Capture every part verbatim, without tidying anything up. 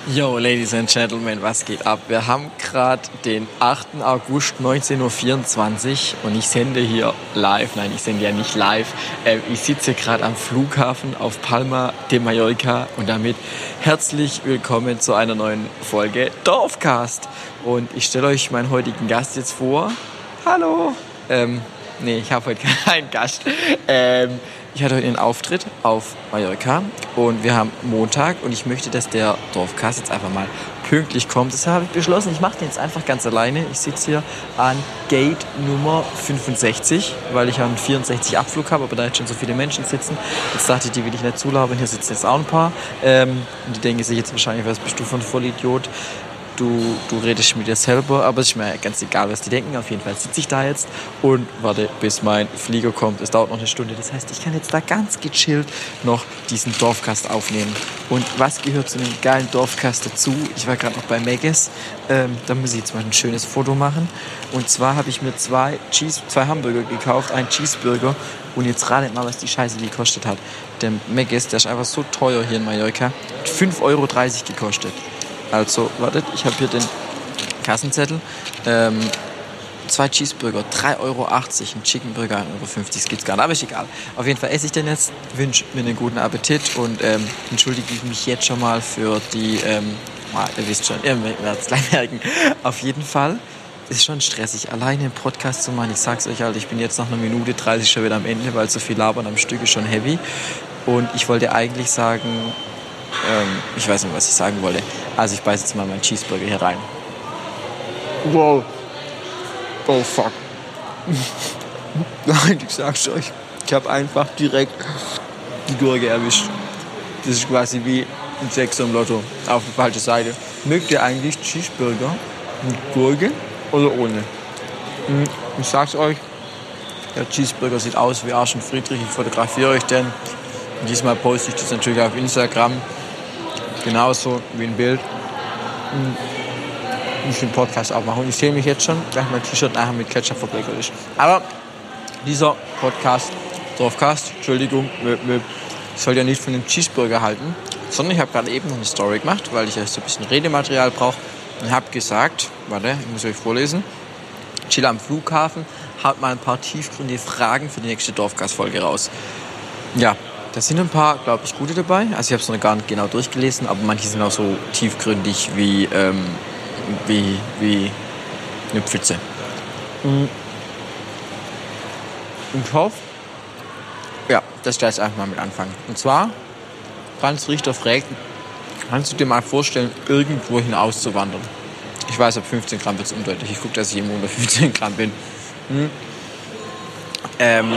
Yo, Ladies and Gentlemen, was geht ab? Wir haben gerade den achten August neunzehn Uhr vierundzwanzig und ich sende hier live, nein, ich sende ja nicht live, äh, ich sitze gerade am Flughafen auf Palma de Mallorca und damit herzlich willkommen zu einer neuen Folge Dorfcast. Und ich stelle euch meinen heutigen Gast jetzt vor. Hallo! Ähm, nee, ich habe heute keinen Gast. Ähm, Ich hatte heute einen Auftritt auf Mallorca und wir haben Montag und ich möchte, dass der Dorfcast jetzt einfach mal pünktlich kommt. Deshalb habe ich beschlossen, ich mache den jetzt einfach ganz alleine. Ich sitze hier an Gate Nummer fünfundsechzig, weil ich einen vierundsechzig Abflug habe, aber da jetzt schon so viele Menschen sitzen. Jetzt dachte ich, die will ich nicht zulabern. Hier sitzen jetzt auch ein paar. Ähm, und die denken sich jetzt wahrscheinlich, was bist du für ein Vollidiot? Du, du redest mit dir selber, aber es ist mir ganz egal, was die denken. Auf jeden Fall sitze ich da jetzt und warte, bis mein Flieger kommt. Es dauert noch eine Stunde. Das heißt, ich kann jetzt da ganz gechillt noch diesen Dorfcast aufnehmen. Und was gehört zu einem geilen Dorfcast dazu? Ich war gerade noch bei Megis. Ähm, da muss ich jetzt mal ein schönes Foto machen. Und zwar habe ich mir zwei, Cheese, zwei Hamburger gekauft, einen Cheeseburger. Und jetzt ratet mal, was die Scheiße gekostet hat. Der Megis, der ist einfach so teuer hier in Mallorca. Hat fünf Euro dreißig gekostet. Also, wartet, ich habe hier den Kassenzettel. Ähm, zwei Cheeseburger, drei Euro achtzig, ein Chickenburger, ein Euro fünfzig, das geht's gar nicht, aber ist egal. Auf jeden Fall esse ich den jetzt, wünsche mir einen guten Appetit und ähm, entschuldige ich mich jetzt schon mal für die, ähm, ah, ihr wisst schon, ihr werdet es gleich merken. Auf jeden Fall ist schon stressig, alleine einen Podcast zu machen. Ich sag's euch halt, ich bin jetzt nach einer Minute dreißig schon wieder am Ende, weil so viel Labern am Stück ist schon heavy. Und ich wollte eigentlich sagen, ähm, ich weiß nicht, was ich sagen wollte. Also ich beiße jetzt mal meinen Cheeseburger hier rein. Wow. Oh fuck. Nein, ich sag's euch. Ich habe einfach direkt die Gurke erwischt. Das ist quasi wie ein Sechser im Lotto. Auf die falsche Seite. Mögt ihr eigentlich Cheeseburger mit Gurke oder ohne? Ich sag's euch. Der Cheeseburger sieht aus wie Arsch und Friedrich. Ich fotografiere euch den. Und diesmal poste ich das natürlich auf Instagram. Genauso wie ein Bild. Ich muss den Podcast auch machen. Und ich sehe mich jetzt schon, gleich mein T-Shirt nachher mit Ketchup verkleckert ist. Aber dieser Podcast, Dorfcast, Entschuldigung, soll ja nicht von dem Cheeseburger halten, sondern ich habe gerade eben noch eine Story gemacht, weil ich ja so ein bisschen Redematerial brauche. Und habe gesagt, warte, ich muss euch vorlesen, chill am Flughafen, haut mal ein paar tiefgründige Fragen für die nächste Dorfcast-Folge raus. Ja. Da sind ein paar, glaube ich, gute dabei. Also ich habe es noch gar nicht genau durchgelesen, aber manche sind auch so tiefgründig wie, ähm, wie, wie eine Pfütze. Und ich hoffe, ja, dass ich da jetzt einfach mal mit anfangen. Und zwar, Franz Richter fragt, kannst du dir mal vorstellen, irgendwo hinaus zu wandern? Ich weiß, ab fünfzehn Gramm wird es undeutlich. Ich gucke, dass ich immer unter fünfzehn Gramm bin. Hm. Ähm...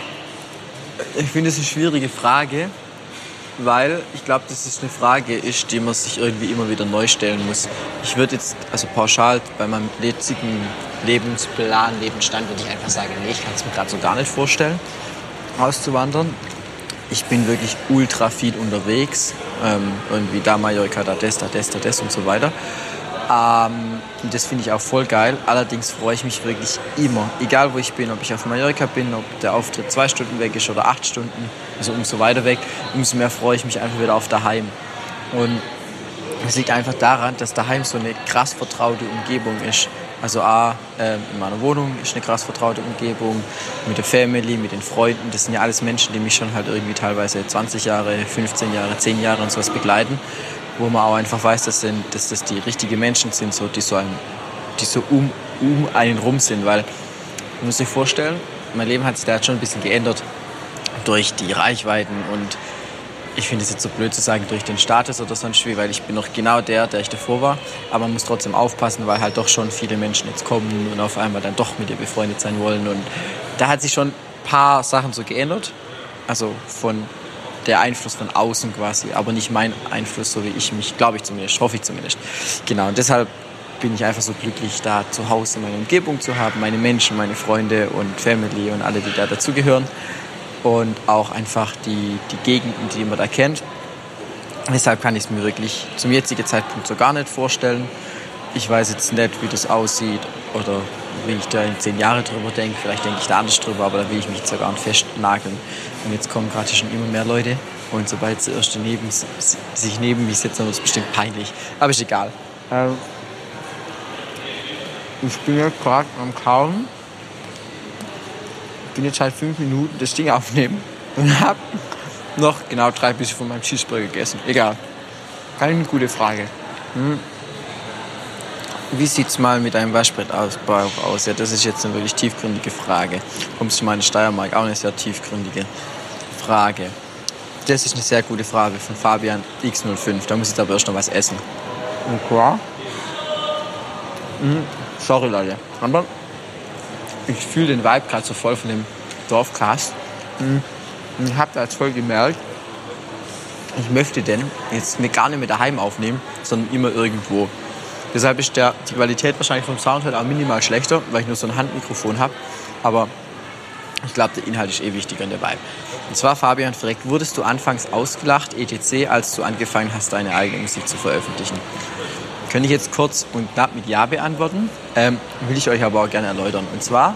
Ich finde es eine schwierige Frage, weil ich glaube, dass es eine Frage ist, die man sich irgendwie immer wieder neu stellen muss. Ich würde jetzt, also pauschal bei meinem jetzigen Lebensplan, Lebensstand, würde ich einfach sagen, nee, ich kann es mir gerade so gar nicht vorstellen, auszuwandern. Ich bin wirklich ultra viel unterwegs, ähm, irgendwie da Mallorca, da das, da das, da das und so weiter. Ähm, und das finde ich auch voll geil. Allerdings freue ich mich wirklich immer, egal wo ich bin, ob ich auf Mallorca bin, ob der Auftritt zwei Stunden weg ist oder acht Stunden, also umso weiter weg, umso mehr freue ich mich einfach wieder auf daheim. Und es liegt einfach daran, dass daheim so eine krass vertraute Umgebung ist. Also A, äh, in meiner Wohnung ist eine krass vertraute Umgebung, mit der Family, mit den Freunden. Das sind ja alles Menschen, die mich schon halt irgendwie teilweise zwanzig Jahre, fünfzehn Jahre, zehn Jahre und sowas begleiten. Wo man auch einfach weiß, dass, sind, dass das die richtigen Menschen sind, so, die so, einem, die so um, um einen rum sind. Weil, man muss sich vorstellen, mein Leben hat sich da jetzt schon ein bisschen geändert durch die Reichweiten und ich finde es jetzt so blöd zu sagen, durch den Status oder sonst wie, weil ich bin noch genau der, der ich davor war. Aber man muss trotzdem aufpassen, weil halt doch schon viele Menschen jetzt kommen und auf einmal dann doch mit dir befreundet sein wollen. Und da hat sich schon ein paar Sachen so geändert. Also von der Einfluss von außen quasi, aber nicht mein Einfluss, so wie ich mich, glaube ich zumindest, hoffe ich zumindest. Genau, und deshalb bin ich einfach so glücklich, da zu Hause meine Umgebung zu haben, meine Menschen, meine Freunde und Family und alle, die da dazugehören. Und auch einfach die, die Gegenden, die man da kennt. Deshalb kann ich es mir wirklich zum jetzigen Zeitpunkt so gar nicht vorstellen. Ich weiß jetzt nicht, wie das aussieht oder wie ich da in zehn Jahre drüber denke. Vielleicht denke ich da anders drüber, aber da will ich mich jetzt ja gar nicht festnageln. Und jetzt kommen gerade schon immer mehr Leute Und sobald der Erste neben, sich neben mich sitzt, dann wird es bestimmt peinlich. Aber ist egal. Ähm, ich bin jetzt gerade am Kauen. Ich bin jetzt halt fünf Minuten das Ding aufnehmen und habe noch genau drei Bissen von meinem Cheeseburger gegessen. Egal. Keine gute Frage. Hm. Wie sieht's mal mit einem Waschbrettausbau aus? Ja, das ist jetzt eine wirklich tiefgründige Frage. Kommst du mal in Steiermark? Auch eine sehr tiefgründige Frage. Das ist eine sehr gute Frage von Fabian X null fünf. Da muss ich aber erst noch was essen. Okay. Hm. Sorry, Leute. Aber ich fühle den Vibe gerade so voll von dem Dorfcast. Hm. Ich habe da jetzt voll gemerkt, ich möchte den jetzt gar nicht mehr daheim aufnehmen, sondern immer irgendwo. Deshalb ist der, die Qualität wahrscheinlich vom Sound halt auch minimal schlechter, weil ich nur so ein Handmikrofon habe. Aber ich glaube, der Inhalt ist eh wichtiger in der Vibe. Und zwar, Fabian fragt, wurdest du anfangs ausgelacht, et cetera, als du angefangen hast, deine eigene Musik zu veröffentlichen? Könnte ich jetzt kurz und knapp mit Ja beantworten, ähm, will ich euch aber auch gerne erläutern. Und zwar,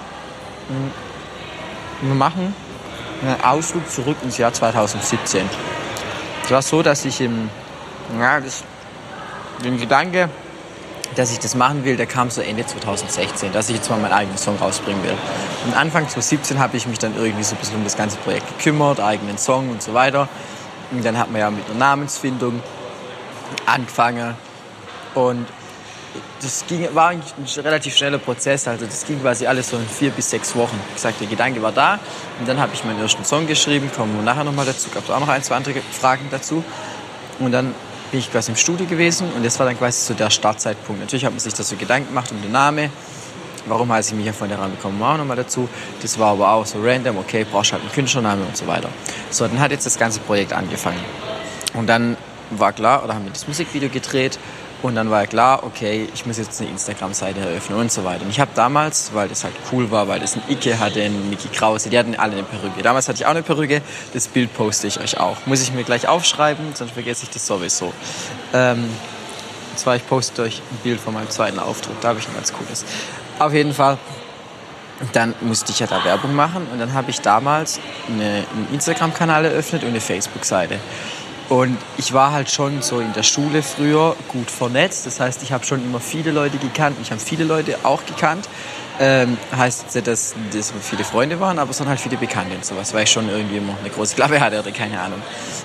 wir machen einen Ausflug zurück ins Jahr zweitausendsiebzehn. Es war so, dass ich im, ja, das, den Gedanke, dass ich das machen will, der kam so Ende zweitausendsechzehn, dass ich jetzt mal meinen eigenen Song rausbringen will. Und Anfang zweitausendsiebzehn habe ich mich dann irgendwie so ein bisschen um das ganze Projekt gekümmert, eigenen Song und so weiter. Und dann hat man ja mit einer Namensfindung angefangen. Und das ging, war ein relativ schneller Prozess, also das ging quasi alles so in vier bis sechs Wochen. Wie gesagt, der Gedanke war da und dann habe ich meinen ersten Song geschrieben, kommen wir nachher nochmal dazu, gab es auch noch ein, zwei andere Fragen dazu. Und dann bin ich quasi im Studio gewesen und das war dann quasi so der Startzeitpunkt. Natürlich hat man sich da so Gedanken gemacht um den Namen, warum heiße ich mich ja von der Rahmen, kommen wir auch nochmal dazu. Das war aber auch so random, okay, brauchst halt einen Künstlernamen und so weiter. So, dann hat jetzt das ganze Projekt angefangen. Und dann war klar, oder haben wir das Musikvideo gedreht. Und dann war klar, okay, ich muss jetzt eine Instagram-Seite eröffnen und so weiter. Und ich habe damals, weil das halt cool war, weil das ein Icke hatte, ein Mickey Krause, die hatten alle eine Perücke. Damals hatte ich auch eine Perücke, das Bild poste ich euch auch. Muss ich mir gleich aufschreiben, sonst vergesse ich das sowieso. Ähm, und zwar, ich poste euch ein Bild von meinem zweiten Auftritt, da habe ich ein ganz cooles. Auf jeden Fall, dann musste ich ja da Werbung machen und dann habe ich damals eine, einen Instagram-Kanal eröffnet und eine Facebook-Seite. Und ich war halt schon so in der Schule früher gut vernetzt. Das heißt, ich habe schon immer viele Leute gekannt. Mich haben viele Leute auch gekannt. Ähm, heißt jetzt nicht, dass das viele Freunde waren, aber es waren halt viele Bekannte und sowas, weil ich schon irgendwie immer eine große Klappe hatte oder keine Ahnung.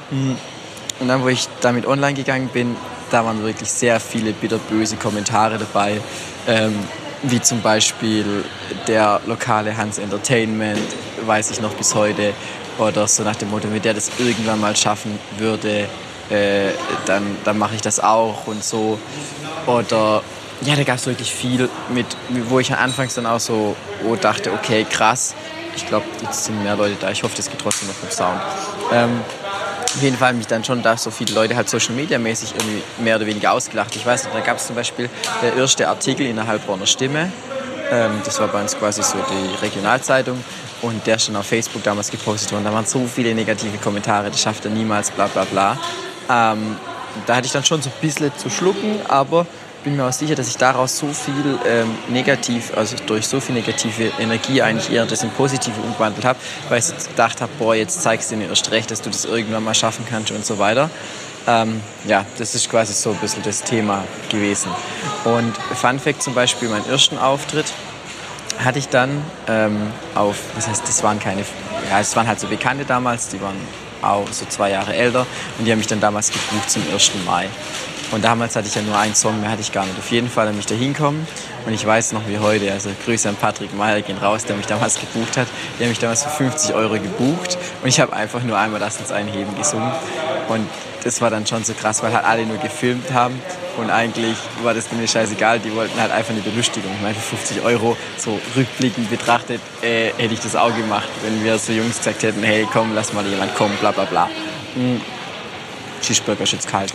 Und dann, wo ich damit online gegangen bin, da waren wirklich sehr viele bitterböse Kommentare dabei. Ähm, wie zum Beispiel der lokale Hans Entertainment, weiß ich noch bis heute. Oder so nach dem Motto, wenn der das irgendwann mal schaffen würde, äh, dann, dann mache ich das auch und so. Oder ja, da gab es wirklich viel, mit, wo ich anfangs dann auch so oh, dachte, okay, krass. Ich glaube, jetzt sind mehr Leute da. Ich hoffe, das geht trotzdem noch vom Sound. Ähm, auf jeden Fall haben mich dann schon da so viele Leute halt Social Media mäßig irgendwie mehr oder weniger ausgelacht. Ich weiß nicht, da gab es zum Beispiel der erste Artikel in der Heilbronner Stimme. Ähm, das war bei uns quasi so die Regionalzeitung. Und der ist schon auf Facebook damals gepostet worden. Da waren so viele negative Kommentare, das schafft er niemals, bla bla bla. Ähm, da hatte ich dann schon so ein bisschen zu schlucken, aber bin mir auch sicher, dass ich daraus so viel ähm, negativ, also durch so viel negative Energie eigentlich eher das in Positive umgewandelt habe, weil ich gedacht habe, boah, jetzt zeigst du mir erst recht, dass du das irgendwann mal schaffen kannst und so weiter. Ähm, ja, das ist quasi so ein bisschen das Thema gewesen. Und Fun Fact zum Beispiel, meinen ersten Auftritt hatte ich dann ähm, auf, das heißt, das waren keine, ja, es waren halt so Bekannte damals, die waren auch so zwei Jahre älter und die haben mich dann damals gebucht zum ersten Mai. Und damals hatte ich ja nur einen Song, mehr hatte ich gar nicht. Auf jeden Fall, da bin ich da hinkommen und ich weiß noch wie heute, also Grüße an Patrick Meyer gehen raus, der mich damals gebucht hat. Die haben mich damals für fünfzig Euro gebucht und ich habe einfach nur einmal Lass uns einheben gesungen. Und das war dann schon so krass, weil halt alle nur gefilmt haben und eigentlich war das denen scheißegal, die wollten halt einfach eine Belustigung. Ich meine, für fünfzig Euro, so rückblickend betrachtet, äh, hätte ich das auch gemacht, wenn wir so Jungs gesagt hätten, hey komm, lass mal jemand kommen, bla bla bla. Mhm. Cheeseburger ist jetzt kalt.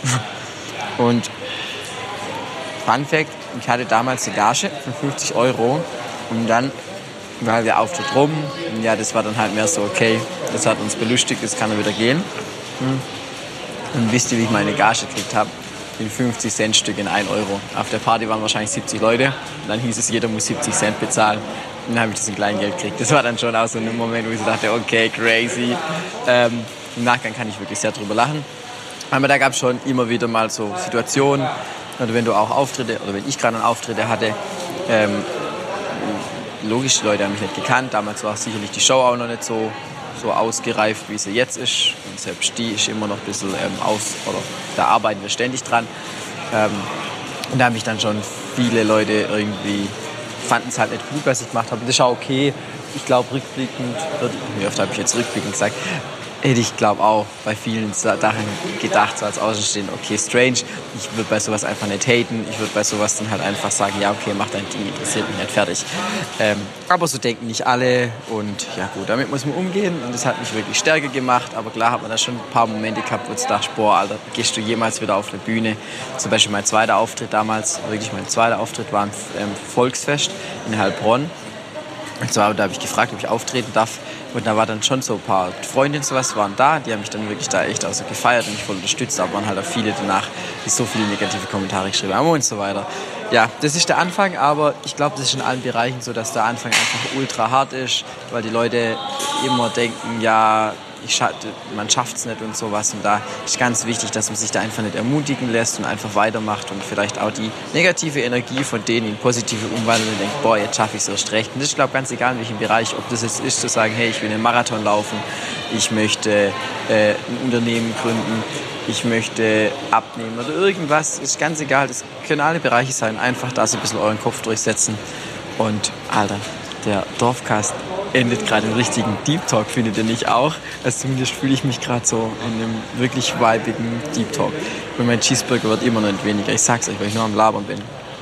Und Fun Fact, ich hatte damals eine Gage von fünfzig Euro und dann war der Auftritt rum und ja, das war dann halt mehr so, okay, das hat uns belustigt, jetzt kann er wieder gehen. Und wisst ihr, wie ich meine Gage gekriegt habe? In fünfzig Cent Stück in ein Euro. Auf der Party waren wahrscheinlich siebzig Leute und dann hieß es, jeder muss siebzig Cent bezahlen. Und dann habe ich das in Kleingeld gekriegt. Das war dann schon auch so ein Moment, wo ich so dachte, okay, crazy. Ähm, im Nachgang kann ich wirklich sehr drüber lachen. Aber da gab es schon immer wieder mal so Situationen, oder wenn du auch Auftritte, oder wenn ich gerade einen Auftritte hatte, ähm, logisch, die Leute haben mich nicht gekannt. Damals war sicherlich die Show auch noch nicht so, so ausgereift, wie sie jetzt ist. Und selbst die ist immer noch ein bisschen ähm, aus, oder da arbeiten wir ständig dran. Ähm, und da haben mich dann schon viele Leute irgendwie, fanden es halt nicht gut, was ich gemacht habe. Das ist auch okay. Ich glaube, rückblickend, wie oft habe ich jetzt rückblickend gesagt, hätte ich glaube auch bei vielen Sachen gedacht, so als Außenstehender, okay, strange, ich würde bei sowas einfach nicht haten, ich würde bei sowas dann halt einfach sagen, ja, okay, mach dein Ding, interessiert mich nicht, fertig. Ähm, aber so denken nicht alle und ja gut, damit muss man umgehen und das hat mich wirklich stärker gemacht, aber klar hat man da schon ein paar Momente gehabt, wo ich dachte, boah, Alter, gehst du jemals wieder auf eine Bühne? Zum Beispiel mein zweiter Auftritt damals, wirklich mein zweiter Auftritt war ein ähm, Volksfest in Heilbronn. Und zwar, da habe ich gefragt, ob ich auftreten darf. Und da war dann schon so ein paar Freundinnen sowas waren da, die haben mich dann wirklich da echt also gefeiert und mich voll unterstützt. Aber waren halt auch viele danach, die so viele negative Kommentare geschrieben haben und so weiter. Ja, das ist der Anfang, aber ich glaube, das ist in allen Bereichen so, dass der Anfang einfach ultra hart ist, weil die Leute immer denken, ja, ich scha- man schafft es nicht und sowas. Und da ist ganz wichtig, dass man sich da einfach nicht ermutigen lässt und einfach weitermacht und vielleicht auch die negative Energie von denen in positive umwandeln und denkt, boah, jetzt schaffe ich es erst recht. Und das ist, glaube ich, ganz egal, in welchem Bereich, ob das jetzt ist, zu sagen, hey, ich will einen Marathon laufen, ich möchte äh, ein Unternehmen gründen, ich möchte abnehmen oder irgendwas, ist ganz egal. Das können alle Bereiche sein. Einfach da so ein bisschen euren Kopf durchsetzen. Und, Alter, der Dorfcast endet gerade im richtigen Deep Talk, findet ihr nicht auch? Also zumindest fühle ich mich gerade so in einem wirklich vibigen Deep Talk. Und mein Cheeseburger wird immer noch nicht weniger. Ich sag's euch, weil ich nur am Labern bin.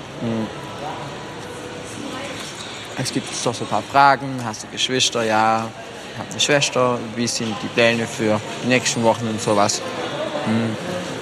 Es gibt doch so ein paar Fragen. Hast du Geschwister? Ja. Ich habe eine Schwester. Wie sind die Pläne für die nächsten Wochen und sowas? Hm.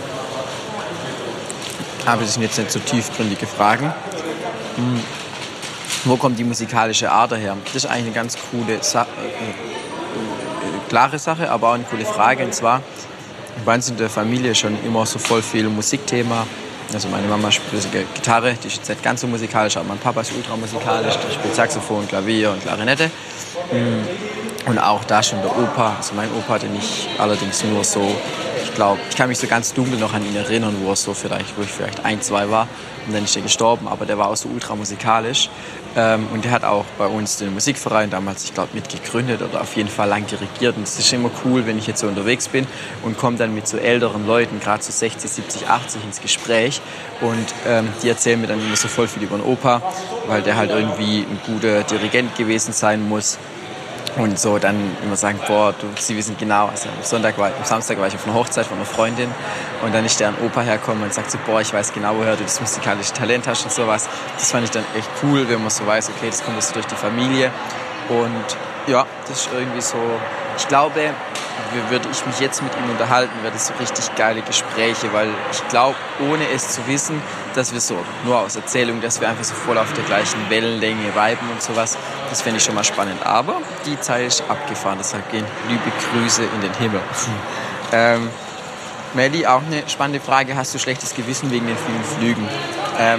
Aber das sind jetzt nicht so tiefgründige Fragen. Hm. Wo kommt die musikalische Ader her? Das ist eigentlich eine ganz coole, Sa- äh, klare Sache, aber auch eine coole Frage. Und zwar, bei uns in der Familie schon immer so voll viel Musikthema. Also meine Mama spielt Gitarre, die ist jetzt nicht ganz so musikalisch, aber mein Papa ist ultramusikalisch, der spielt Saxophon, Klavier und Klarinette. Und auch da schon der Opa, also mein Opa, den ich allerdings nur so, ich glaube, ich kann mich so ganz dunkel noch an ihn erinnern, wo er so vielleicht, wo ich vielleicht ein, zwei war. Und dann ist er gestorben, aber der war auch so ultramusikalisch. Ähm, und der hat auch bei uns den Musikverein damals, ich glaube, mitgegründet oder auf jeden Fall lang dirigiert. Und es ist immer cool, wenn ich jetzt so unterwegs bin und komme dann mit so älteren Leuten, gerade so sechzig, siebzig, achtzig ins Gespräch. Und ähm, die erzählen mir dann immer so voll viel über den Opa, weil der halt irgendwie ein guter Dirigent gewesen sein muss. Und so dann immer sagen, boah, du, sie wissen genau, also am Sonntag war, am Samstag war ich auf einer Hochzeit von einer Freundin und dann ist der an Opa hergekommen und sagt so, boah, ich weiß genau, woher du das musikalische Talent hast und sowas. Das fand ich dann echt cool, wenn man so weiß, okay, das kommt jetzt durch die Familie. Und ja, das ist irgendwie so, ich glaube, würde ich mich jetzt mit ihm unterhalten, wäre das so richtig geile Gespräche, weil ich glaube, ohne es zu wissen, dass wir so, nur aus Erzählung, dass wir einfach so voll auf der gleichen Wellenlänge viben und sowas, das fände ich schon mal spannend. Aber die Zeit ist abgefahren, deshalb gehen liebe Grüße in den Himmel. ähm, Melli, auch eine spannende Frage, hast du schlechtes Gewissen wegen den vielen Flügen? Ähm,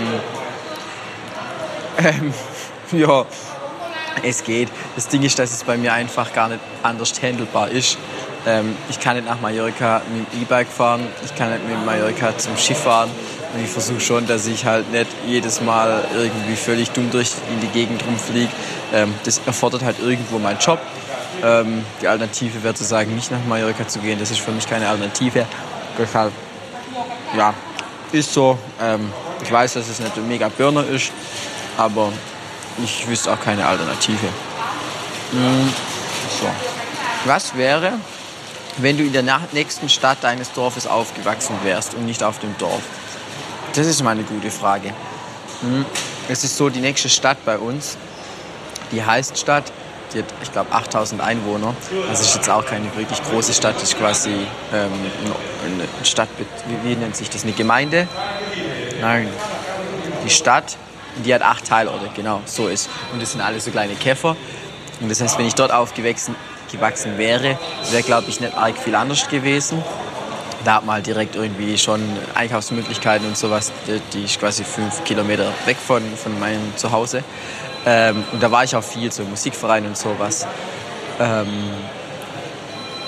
ähm, ja, es geht. Das Ding ist, dass es bei mir einfach gar nicht anders handelbar ist. Ähm, ich kann nicht nach Mallorca mit dem E-Bike fahren, ich kann nicht mit Mallorca zum Schiff fahren. Und ich versuche schon, dass ich halt nicht jedes Mal irgendwie völlig dumm durch in die Gegend rumfliege. Ähm, das erfordert halt irgendwo meinen Job. Ähm, die Alternative wäre zu sagen, nicht nach Mallorca zu gehen. Das ist für mich keine Alternative. Deshalb, ja, ist so. Ähm, ich weiß, dass es nicht ein mega Burner ist, aber ich wüsste auch keine Alternative. Mhm. So. Was wäre, wenn du in der nächsten Stadt deines Dorfes aufgewachsen wärst und nicht auf dem Dorf? Das ist mal eine gute Frage. Es ist so, die nächste Stadt bei uns, die heißt Stadt, die hat, ich glaube, achttausend Einwohner. Das ist jetzt auch keine wirklich große Stadt, das ist quasi ähm, eine Stadt, wie, wie nennt sich das, eine Gemeinde? Nein, die Stadt, die hat acht Teilorte, genau, so ist. Und das sind alles so kleine Käfer. Und das heißt, wenn ich dort aufgewachsen gewachsen wäre, wäre, glaube ich, nicht arg viel anders gewesen. Da hat man halt direkt irgendwie schon Einkaufsmöglichkeiten und sowas, die ist quasi fünf Kilometer weg von, von meinem Zuhause. Ähm, und da war ich auch viel, so im Musikverein und sowas. Ähm,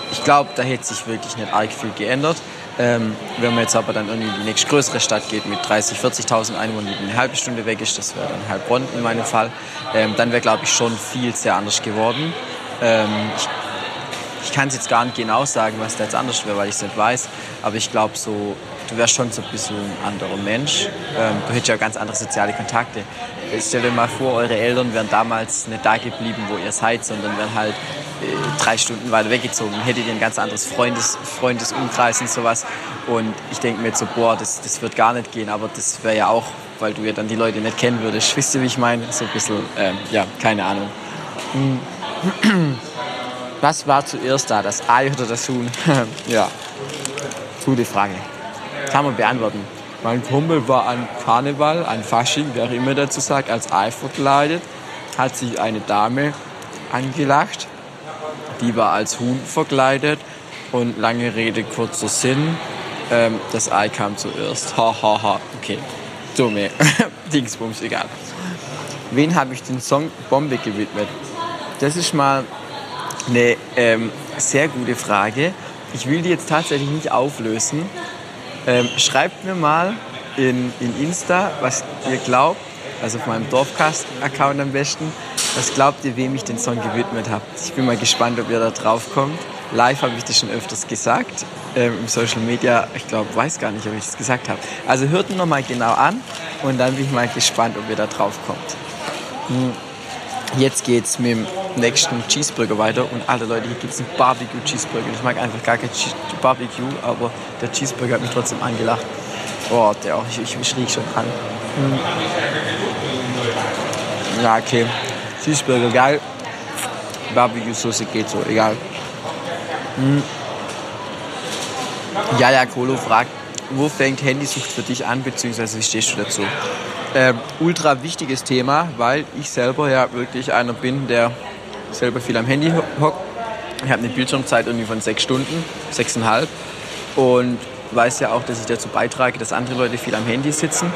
ich glaube, da hätte sich wirklich nicht arg viel geändert. Ähm, wenn man jetzt aber dann irgendwie in die nächstgrößere Stadt geht mit dreißig, vierzigtausend Einwohnern, die eine halbe Stunde weg ist, das wäre dann Heilbronn in meinem Fall, ähm, dann wäre, glaube ich, schon viel sehr anders geworden. Ähm, ich ich kann es jetzt gar nicht genau sagen, was da jetzt anders wäre, weil ich es nicht weiß, aber ich glaube so, du wärst schon so ein bisschen ein anderer Mensch. Ähm, du hättest ja ganz andere soziale Kontakte. Stell dir mal vor, eure Eltern wären damals nicht da geblieben, wo ihr seid, sondern wären halt äh, drei Stunden weiter weggezogen. Hättet ihr ein ganz anderes Freundes, Freundesumkreis und sowas. Und ich denke mir jetzt so, boah, das, das wird gar nicht gehen, aber das wäre ja auch, weil du ja dann die Leute nicht kennen würdest. Wisst ihr, wie ich meine? So ein bisschen, ähm, ja, keine Ahnung. Was war zuerst da, das Ei oder das Huhn? Ja, gute Frage. Kann man beantworten. Mein Kumpel war an Karneval, an Fasching, wer auch immer dazu sagt, als Ei verkleidet, hat sich eine Dame angelacht, die war als Huhn verkleidet und lange Rede, kurzer Sinn, ähm, das Ei kam zuerst. Ha, ha, ha, okay, dumme Dingsbums, egal. Wen habe ich den Song Bombe gewidmet? Das ist mal eine ähm, sehr gute Frage. Ich will die jetzt tatsächlich nicht auflösen. Ähm, schreibt mir mal in, in Insta, was ihr glaubt, also auf meinem Dorfcast-Account am besten, was glaubt ihr, wem ich den Song gewidmet habe. Ich bin mal gespannt, ob ihr da drauf kommt. Live habe ich das schon öfters gesagt, ähm, im Social Media, ich glaube, weiß gar nicht, ob ich das gesagt habe. Also hört ihn nochmal genau an und dann bin ich mal gespannt, ob ihr da drauf kommt. Hm. Jetzt geht's mit dem nächsten Cheeseburger weiter und alle Leute, hier gibt's einen Barbecue-Cheeseburger. Ich mag einfach gar kein Barbecue, aber der Cheeseburger hat mich trotzdem angelacht. Oh, der auch, ich, ich, ich riech schon dran. Hm. Ja, okay. Cheeseburger, geil. Barbecue-Soße geht so, egal. Hm. Jaja Kolo fragt, wo fängt Handysucht für dich an, beziehungsweise wie stehst du dazu? Ähm, ultra wichtiges Thema, weil ich selber ja wirklich einer bin, der selber viel am Handy hockt. Ich habe eine Bildschirmzeit irgendwie von sechs Stunden, sechseinhalb und weiß ja auch, dass ich dazu beitrage, dass andere Leute viel am Handy sitzen.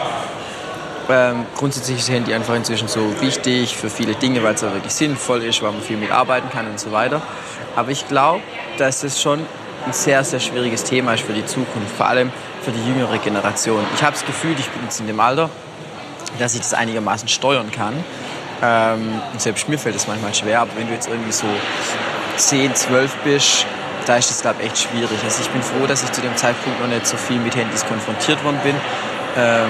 Ähm, grundsätzlich ist das Handy einfach inzwischen so wichtig für viele Dinge, weil es ja wirklich sinnvoll ist, weil man viel mitarbeiten kann und so weiter. Aber ich glaube, dass es schon ein sehr, sehr schwieriges Thema ist für die Zukunft, vor allem für die jüngere Generation. Ich habe das Gefühl, ich bin jetzt in dem Alter, dass ich das einigermaßen steuern kann. Ähm, und selbst mir fällt das manchmal schwer, aber wenn du jetzt irgendwie so zehn, zwölf bist, da ist das, glaube ich, echt schwierig. Also ich bin froh, dass ich zu dem Zeitpunkt noch nicht so viel mit Handys konfrontiert worden bin, ähm,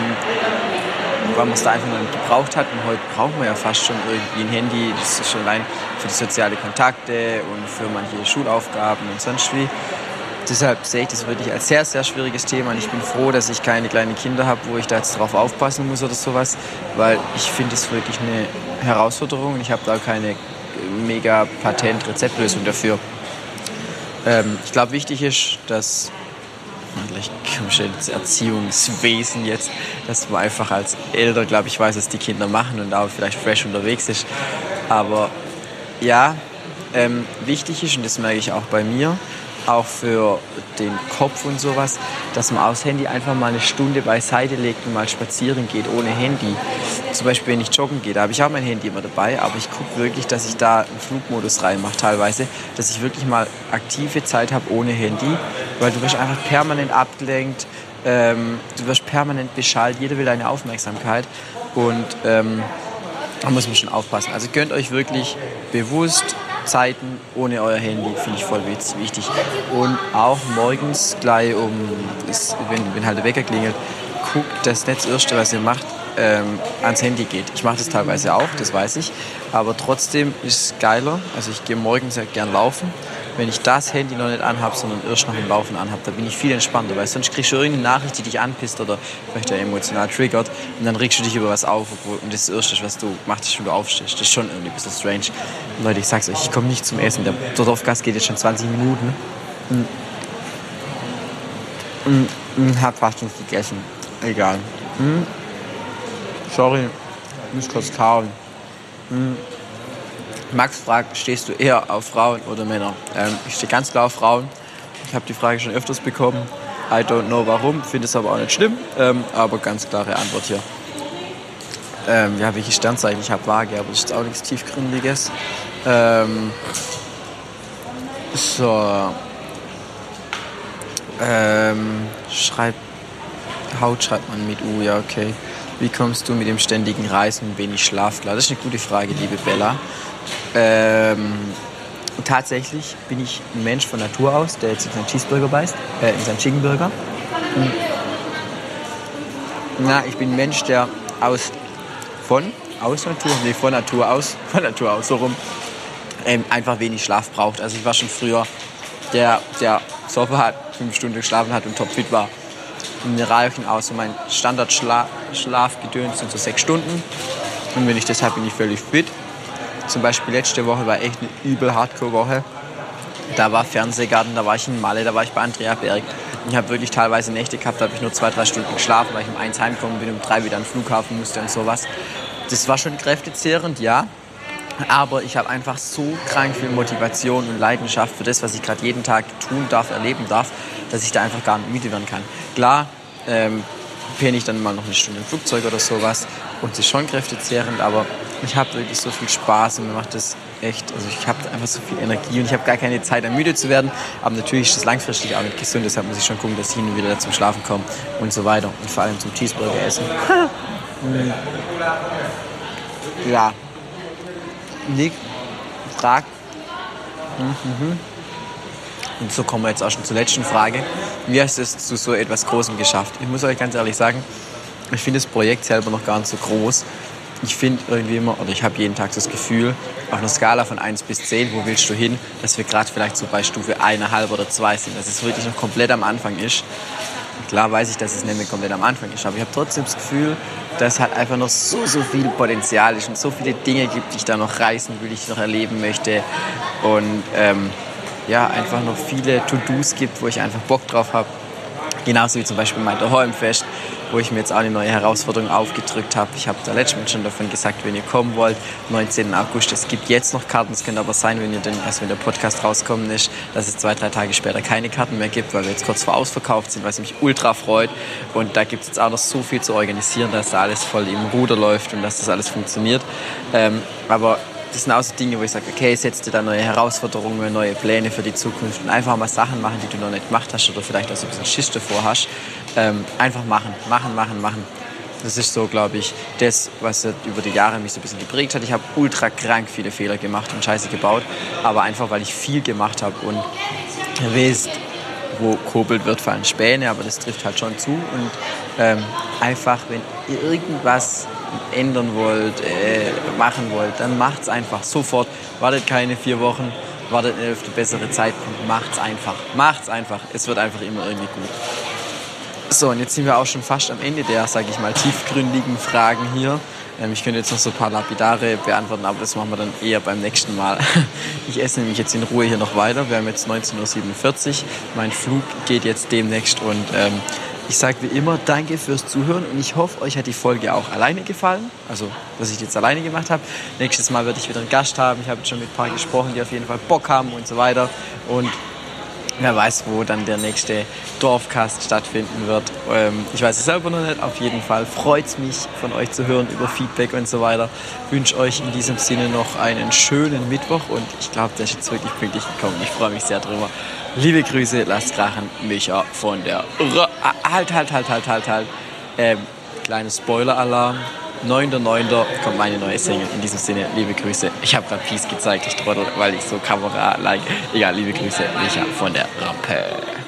weil man es da einfach noch nicht gebraucht hat. Und heute braucht man ja fast schon irgendwie ein Handy. Das ist schon allein für die sozialen Kontakte und für manche Schulaufgaben und sonst wie. Deshalb sehe ich das wirklich als sehr, sehr schwieriges Thema und ich bin froh, dass ich keine kleinen Kinder habe, wo ich da jetzt drauf aufpassen muss oder sowas, weil ich finde es wirklich eine Herausforderung und ich habe da keine mega Patent-Rezeptlösung dafür. Ähm, ich glaube, wichtig ist, dass, vielleicht das Erziehungswesen jetzt, dass man einfach als Eltern, glaube ich, weiß, was die Kinder machen und auch vielleicht fresh unterwegs ist. Aber ja, ähm, wichtig ist, und das merke ich auch bei mir, auch für den Kopf und sowas, dass man aufs Handy einfach mal eine Stunde beiseite legt und mal spazieren geht ohne Handy. Zum Beispiel, wenn ich joggen gehe, da habe ich auch mein Handy immer dabei, aber ich gucke wirklich, dass ich da einen Flugmodus reinmache teilweise, dass ich wirklich mal aktive Zeit habe ohne Handy, weil du wirst einfach permanent abgelenkt, ähm, du wirst permanent beschallt, jeder will deine Aufmerksamkeit und ähm, da muss man schon aufpassen. Also gönnt euch wirklich bewusst Zeiten ohne euer Handy, finde ich voll wichtig. Und auch morgens gleich um, wenn, wenn halt der Wecker klingelt, guckt, dass nicht das Erste, was ihr macht, ähm, ans Handy geht. Ich mache das teilweise auch, das weiß ich. Aber trotzdem ist es geiler. Also ich gehe morgens ja gern laufen. Wenn ich das Handy noch nicht anhabe, sondern erst nach dem Laufen anhabe, da bin ich viel entspannter, weil sonst kriegst du irgendeine Nachricht, die dich anpisst oder vielleicht ja emotional triggert und dann regst du dich über was auf obwohl, und das ist das Erste, was du machst, wenn du aufstehst. Das ist schon irgendwie ein bisschen strange. Und Leute, ich sag's euch, ich komme nicht zum Essen. Der Dorfgast geht jetzt schon zwanzig Minuten und, und, und hab fast nicht gegessen. Egal. Hm? Sorry, ich muss kurz kauen. Hm? Max fragt, stehst du eher auf Frauen oder Männer? Ähm, ich stehe ganz klar auf Frauen. Ich habe die Frage schon öfters bekommen. I don't know warum, finde es aber auch nicht schlimm. Ähm, aber ganz klare Antwort hier. Ähm, ja, welche Sternzeichen ich habe, Waage, aber das ist auch nichts Tiefgründiges. Ähm, so, Ähm, schreib, Haut schreibt man mit U, ja, okay. Wie kommst du mit dem ständigen Reisen und wenig Schlaf klar? Das ist eine gute Frage, liebe Bella. Ähm, tatsächlich bin ich ein Mensch von Natur aus, der jetzt in seinen Cheeseburger beißt, äh, in seinen Chickenburger. Na, ich bin ein Mensch, der aus, von, aus Natur, nee, von Natur aus, von Natur aus, so rum, ähm, einfach wenig Schlaf braucht. Also ich war schon früher der, der Sofa hat, fünf Stunden geschlafen hat und topfit war. Mineralien aus, so mein Standard-Schlafgedöns sind so sechs Stunden. Und wenn ich das habe, bin ich völlig fit. Zum Beispiel letzte Woche war echt eine übel Hardcore-Woche. Da war Fernsehgarten, da war ich in Malle, da war ich bei Andrea Berg. Ich habe wirklich teilweise Nächte gehabt, da habe ich nur zwei, drei Stunden geschlafen, weil ich um eins heimgekommen bin, um drei wieder an den Flughafen musste und sowas. Das war schon kräftezehrend, ja. Aber ich habe einfach so krank viel Motivation und Leidenschaft für das, was ich gerade jeden Tag tun darf, erleben darf, dass ich da einfach gar nicht müde werden kann. Klar, ähm, penne ich dann mal noch eine Stunde im Flugzeug oder sowas und es ist schon kräftezehrend, aber ich habe wirklich so viel Spaß und mir macht das echt, also ich habe einfach so viel Energie und ich habe gar keine Zeit, dann müde zu werden, aber natürlich ist das langfristig auch nicht gesund, deshalb muss ich schon gucken, dass ich hin und wieder zum Schlafen komme und so weiter und vor allem zum Cheeseburger essen. Ja. Nick fragt, mhm. Und so kommen wir jetzt auch schon zur letzten Frage. Wie hast du es zu so etwas Großem geschafft? Ich muss euch ganz ehrlich sagen, ich finde das Projekt selber noch gar nicht so groß. Ich finde irgendwie immer, oder ich habe jeden Tag das Gefühl, auf einer Skala von eins bis zehn, wo willst du hin, dass wir gerade vielleicht so bei Stufe eins Komma fünf oder zwei sind, dass es wirklich noch komplett am Anfang ist. Klar weiß ich, dass es nicht mehr komplett am Anfang ist, aber ich habe trotzdem das Gefühl, dass halt einfach noch so, so viel Potenzial ist und so viele Dinge gibt, die ich da noch reißen will, die ich noch erleben möchte und ähm, ja, einfach noch viele To-Dos gibt, wo ich einfach Bock drauf habe. Genauso wie zum Beispiel mein Daheimfest, wo ich mir jetzt auch eine neue Herausforderung aufgedrückt habe. Ich habe da letztes Mal schon davon gesagt, wenn ihr kommen wollt, neunzehnten August, es gibt jetzt noch Karten. Es könnte aber sein, wenn ihr denn, also wenn der Podcast rauskommen ist, dass es zwei, drei Tage später keine Karten mehr gibt, weil wir jetzt kurz vor ausverkauft sind, was mich ultra freut. Und da gibt es jetzt auch noch so viel zu organisieren, dass da alles voll im Ruder läuft und dass das alles funktioniert. Ähm, aber das sind auch so Dinge, wo ich sage, okay, setz dir da neue Herausforderungen, neue Pläne für die Zukunft und einfach mal Sachen machen, die du noch nicht gemacht hast oder vielleicht auch so ein bisschen Schiss davor hast. Ähm, einfach machen, machen, machen, machen. Das ist so, glaube ich, das, was über die Jahre mich so ein bisschen geprägt hat. Ich habe ultra krank viele Fehler gemacht und Scheiße gebaut, aber einfach, weil ich viel gemacht habe und ihr wisst, wo kurbelt wird, fallen Späne, aber das trifft halt schon zu und ähm, einfach, wenn ihr irgendwas ändern wollt, äh, machen wollt, dann macht's einfach sofort. Wartet keine vier Wochen, wartet auf den besseren Zeitpunkt, macht's einfach. Macht's einfach. Es wird einfach immer irgendwie gut. So, und jetzt sind wir auch schon fast am Ende der, sage ich mal, tiefgründigen Fragen hier. Ähm, ich könnte jetzt noch so ein paar lapidare beantworten, aber das machen wir dann eher beim nächsten Mal. Ich esse nämlich jetzt in Ruhe hier noch weiter. Wir haben jetzt neunzehn Uhr siebenundvierzig. Mein Flug geht jetzt demnächst und ähm, ich sage wie immer, danke fürs Zuhören und ich hoffe, euch hat die Folge auch alleine gefallen, also dass ich die jetzt alleine gemacht habe. Nächstes Mal werde ich wieder einen Gast haben, ich habe jetzt schon mit ein paar gesprochen, die auf jeden Fall Bock haben und so weiter und wer weiß, wo dann der nächste Dorfcast stattfinden wird. Ähm, ich weiß es selber noch nicht, auf jeden Fall freut es mich, von euch zu hören über Feedback und so weiter. Ich wünsche euch in diesem Sinne noch einen schönen Mittwoch und ich glaube, der ist jetzt wirklich pünktlich gekommen. Ich freue mich sehr drüber. Liebe Grüße, lasst krachen, Micha von der R Halt, halt, halt, halt, halt, halt. Ähm, kleines Spoiler-Alarm. neunter neunter kommt meine neue Single. In diesem Sinne, liebe Grüße. Ich habe gerade Peace gezeigt, ich trottel, weil ich so Kamera like. Egal, liebe Grüße, Micha von der Rampe.